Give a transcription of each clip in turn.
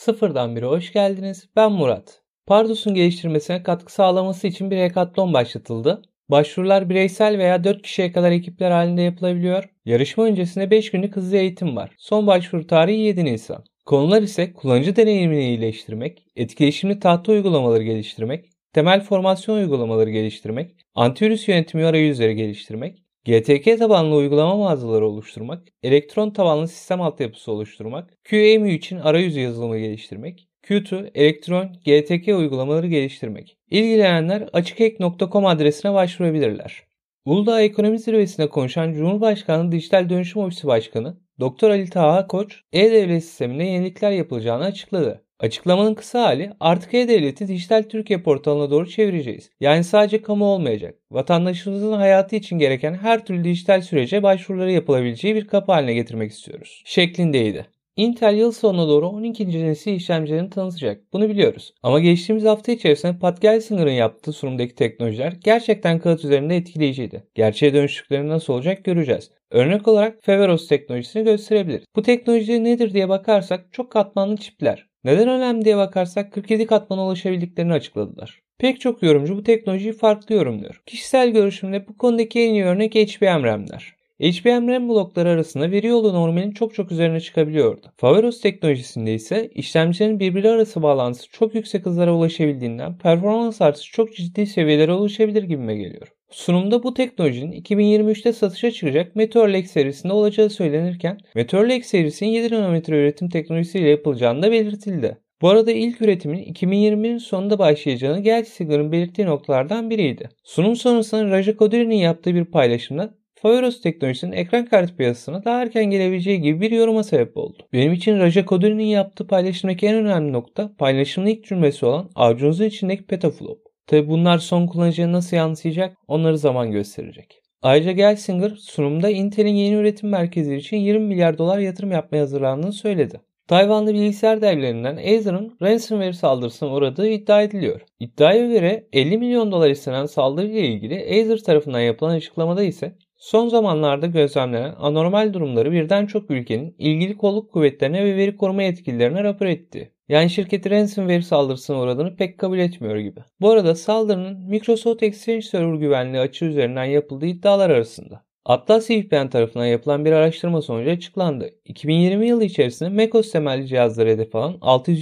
Sıfırdan bire hoş geldiniz. Ben Murat. Pardus'un geliştirmesine katkı sağlaması için bir hackathon başlatıldı. Başvurular bireysel veya 4 kişiye kadar ekipler halinde yapılabiliyor. Yarışma öncesinde 5 günlük hızlı eğitim var. Son başvuru tarihi 7 Nisan. Konular ise kullanıcı deneyimini iyileştirmek, etkileşimli tahta uygulamaları geliştirmek, temel formasyon uygulamaları geliştirmek, antivirüs yönetimi arayüzleri geliştirmek, GTK tabanlı uygulama mağazaları oluşturmak, elektron tabanlı sistem altyapısı oluşturmak, QEMU için arayüzü yazılımı geliştirmek, Qt, elektron, GTK uygulamaları geliştirmek. İlgilenenler açıkek.com adresine başvurabilirler. Uludağ Ekonomi Zirvesi'nde konuşan Cumhurbaşkanlığı Dijital Dönüşüm Ofisi Başkanı Dr. Ali Taha Koç, e-Devlet sisteminde yenilikler yapılacağını açıkladı. Açıklamanın kısa hali, artık e-Devlet'i Dijital Türkiye portalına doğru çevireceğiz. Yani sadece kamu olmayacak. Vatandaşımızın hayatı için gereken her türlü dijital sürece başvuruları yapılabileceği bir kapı haline getirmek istiyoruz şeklindeydi. Intel yıl sonuna doğru 12. nesil işlemcilerini tanıtacak. Bunu biliyoruz. Ama geçtiğimiz hafta içerisinde Pat Gelsinger'ın yaptığı sunumdaki teknolojiler gerçekten kağıt üzerinde etkileyiciydi. Gerçeğe dönüştükleri nasıl olacak göreceğiz. Örnek olarak Foveros teknolojisini gösterebiliriz. Bu teknoloji nedir diye bakarsak çok katmanlı çipler. Neden önemli diye bakarsak 47 katmana ulaşabildiklerini açıkladılar. Pek çok yorumcu bu teknolojiyi farklı yorumluyor. Kişisel görüşümde bu konudaki en iyi örnek HBM RAM'ler. HBM RAM blokları arasında veri yolu normalin çok üzerine çıkabiliyordu. Foveros teknolojisinde ise işlemcilerin birbiri arası bağlantısı çok yüksek hızlara ulaşabildiğinden performans artışı çok ciddi seviyelere ulaşabilir gibime geliyor. Sunumda bu teknolojinin 2023'te satışa çıkacak Meteor Lake serisinde olacağı söylenirken Meteor Lake serisinin 7 nanometre üretim teknolojisiyle yapılacağını da belirtildi. Bu arada ilk üretimin 2020'nin sonunda başlayacağını Gelsinger'ın belirttiği noktalardan biriydi. Sunum sonrasında Raja Koduri'nin yaptığı bir paylaşımda Foveros teknolojisinin ekran kartı piyasasına daha erken gelebileceği gibi bir yoruma sebep oldu. Benim için Raja Koduri'nin yaptığı paylaşımdaki en önemli nokta paylaşımın ilk cümlesi olan avucunuzun içindeki petaflop. Tabi bunlar son kullanıcıya nasıl yansıyacak onları zaman gösterecek. Ayrıca Gelsinger sunumda Intel'in yeni üretim merkezi için 20 milyar dolar yatırım yapmaya hazırlandığını söyledi. Tayvanlı bilgisayar devlerinden Acer'ın ransomware saldırısına uğradığı iddia ediliyor. İddiaya göre 50 milyon dolar istenen saldırıyla ilgili Acer tarafından yapılan açıklamada ise son zamanlarda gözlemlenen anormal durumları birden çok ülkenin ilgili kolluk kuvvetlerine ve veri koruma yetkililerine rapor etti. Yani şirketi ransomware saldırısına uğradığını pek kabul etmiyor gibi. Bu arada saldırının Microsoft Exchange Server güvenliği açığı üzerinden yapıldığı iddialar arasında. Atlas VPN tarafından yapılan bir araştırma sonucu açıklandı. 2020 yılı içerisinde macOS temelli cihazlara hedef alan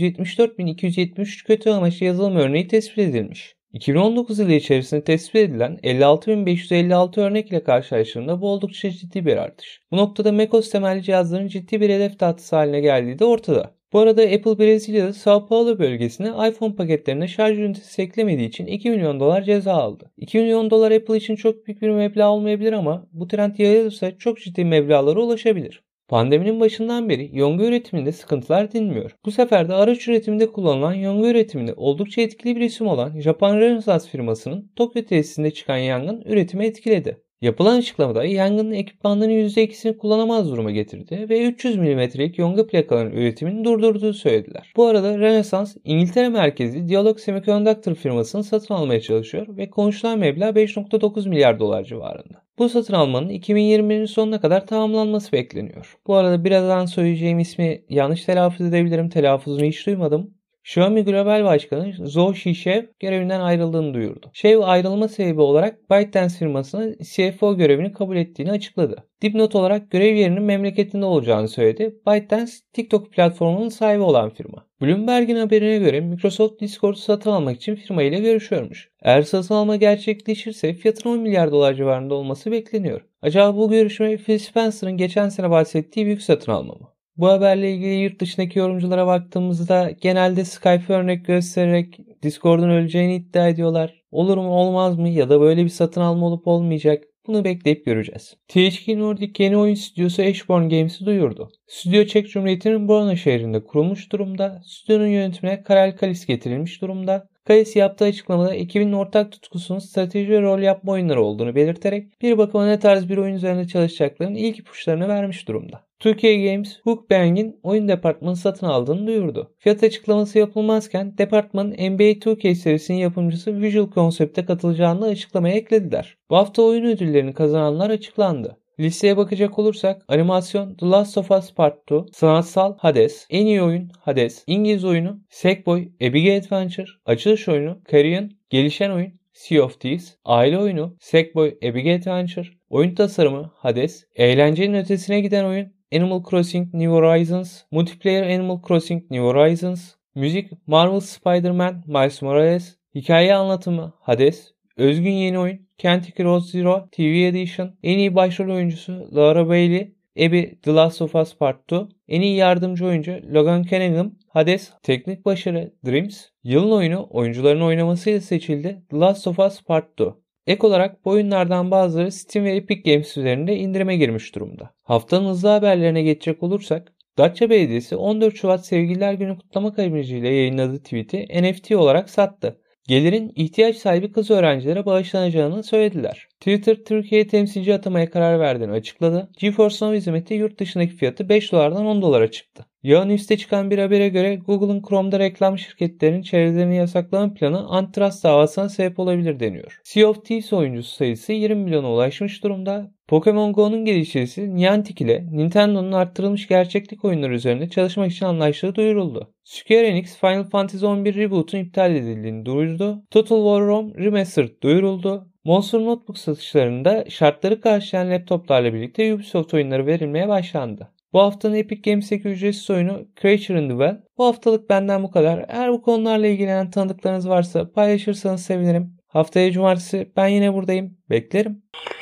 674.273 kötü amaçlı yazılım örneği tespit edilmiş. 2019 yılı içerisinde tespit edilen 56.556 örnek ile karşılaştırıldığında bu oldukça ciddi bir artış. Bu noktada macOS temelli cihazların ciddi bir hedef tahtası haline geldiği de ortada. Bu arada Apple Brezilya'da São Paulo bölgesine iPhone paketlerine şarj ünitesi eklemediği için 2 milyon dolar ceza aldı. 2 milyon dolar Apple için çok büyük bir meblağ olmayabilir ama bu trend yayılırsa çok ciddi meblağlara ulaşabilir. Pandeminin başından beri yonga üretiminde sıkıntılar dinmiyor. Bu sefer de araç üretiminde kullanılan yonga üretiminde oldukça etkili bir isim olan Japon Renesas firmasının Tokyo tesisinde çıkan yangın üretimi etkiledi. Yapılan açıklamada yangının ekipmanların %2'sini kullanamaz duruma getirdi ve 300 mm'lik yonga plakaların üretimini durdurduğu söylediler. Bu arada Renesas, İngiltere merkezli Dialog Semiconductor firmasını satın almaya çalışıyor ve konuşulan meblağ 5.9 milyar dolar civarında. Bu satın almanın 2020'nin sonuna kadar tamamlanması bekleniyor. Bu arada birazdan söyleyeceğim ismi yanlış telaffuz edebilirim, telaffuzunu hiç duymadım. Xiaomi Global Başkanı Zhou Zhishou görevinden ayrıldığını duyurdu. Xiao ayrılma sebebi olarak ByteDance firmasına CFO görevini kabul ettiğini açıkladı. Dipnot olarak görev yerinin memleketinde olacağını söyledi. ByteDance, TikTok platformunun sahibi olan firma. Bloomberg'in haberine göre Microsoft Discord'u satın almak için firma ile görüşüyormuş. Eğer satın alma gerçekleşirse fiyatın 10 milyar dolar civarında olması bekleniyor. Acaba bu görüşme Phil Spencer'ın geçen sene bahsettiği büyük satın alma mı? Bu haberle ilgili yurt dışındaki yorumculara baktığımızda genelde Skype örnek göstererek Discord'un öleceğini iddia ediyorlar. Olur mu olmaz mı ya da böyle bir satın alma olup olmayacak bunu bekleyip göreceğiz. THQ Nordic yeni oyun stüdyosu Ashborn Games'i duyurdu. Stüdyo Çek Cumhuriyeti'nin Brno şehrinde kurulmuş durumda. Stüdyonun yönetimine Karel Kalis getirilmiş durumda. Kalis yaptığı açıklamada ekibin ortak tutkusunun strateji ve rol yapma oyunları olduğunu belirterek bir bakıma ne tarz bir oyun üzerinde çalışacaklarının ilk ipuçlarını vermiş durumda. Türkiye Games, Hookbang'in oyun departmanı satın aldığını duyurdu. Fiyat açıklaması yapılmazken departmanın NBA 2K serisinin yapımcısı Visual Concept'e katılacağını açıklamaya eklediler. Bu hafta oyun ödüllerini kazananlar açıklandı. Listeye bakacak olursak animasyon The Last of Us Part 2, sanatsal Hades, en iyi oyun Hades, İngiliz oyunu Sackboy A Big Adventure, açılış oyunu Carrion, gelişen oyun Sea of Thieves, aile oyunu Sackboy A Big Adventure, oyun tasarımı Hades, eğlencenin ötesine giden oyun Animal Crossing New Horizons, multiplayer Animal Crossing New Horizons, müzik Marvel Spider-Man Miles Morales, hikaye anlatımı Hades, özgün yeni oyun Kentucky Road Zero TV Edition, en iyi başrol oyuncusu Laura Bailey, Abby The Last of Us Part 2, en iyi yardımcı oyuncu Logan Cunningham, Hades, teknik başarı Dreams, yılın oyunu oyuncuların oynamasıyla seçildi The Last of Us Part 2. Ek olarak bu oyunlardan bazıları Steam ve Epic Games üzerinde indirime girmiş durumda. Haftanın hızlı haberlerine geçecek olursak, Datça Belediyesi 14 Şubat Sevgililer Günü kutlamak amacıyla yayınladığı tweet'i NFT olarak sattı. Gelirin ihtiyaç sahibi kız öğrencilere bağışlanacağını söylediler. Twitter, Türkiye'ye temsilci atamaya karar verdiğini açıkladı. GeForce Now hizmeti yurt dışındaki fiyatı $5'dan $10'a çıktı. Yağın üste çıkan bir habere göre Google'ın Chrome'da reklam şirketlerinin çevrelerini yasaklama planı antitrust davasına sebep olabilir deniyor. Sea of Thieves oyuncusu sayısı 20 milyona ulaşmış durumda. Pokemon Go'nun geliştiricisi Niantic ile Nintendo'nun arttırılmış gerçeklik oyunları üzerinde çalışmak için anlaştığı duyuruldu. Square Enix Final Fantasy 11 Reboot'un iptal edildiğini duyurdu. Total War Rome Remastered duyuruldu. Monster Notebook satışlarında şartları karşılayan laptoplarla birlikte Ubisoft oyunları verilmeye başlandı. Bu haftanın Epic Games'teki ücretsiz oyunu Creature in the Well. Bu haftalık benden bu kadar. Eğer bu konularla ilgilenen tanıdıklarınız varsa paylaşırsanız sevinirim. Haftaya cumartesi ben yine buradayım. Beklerim.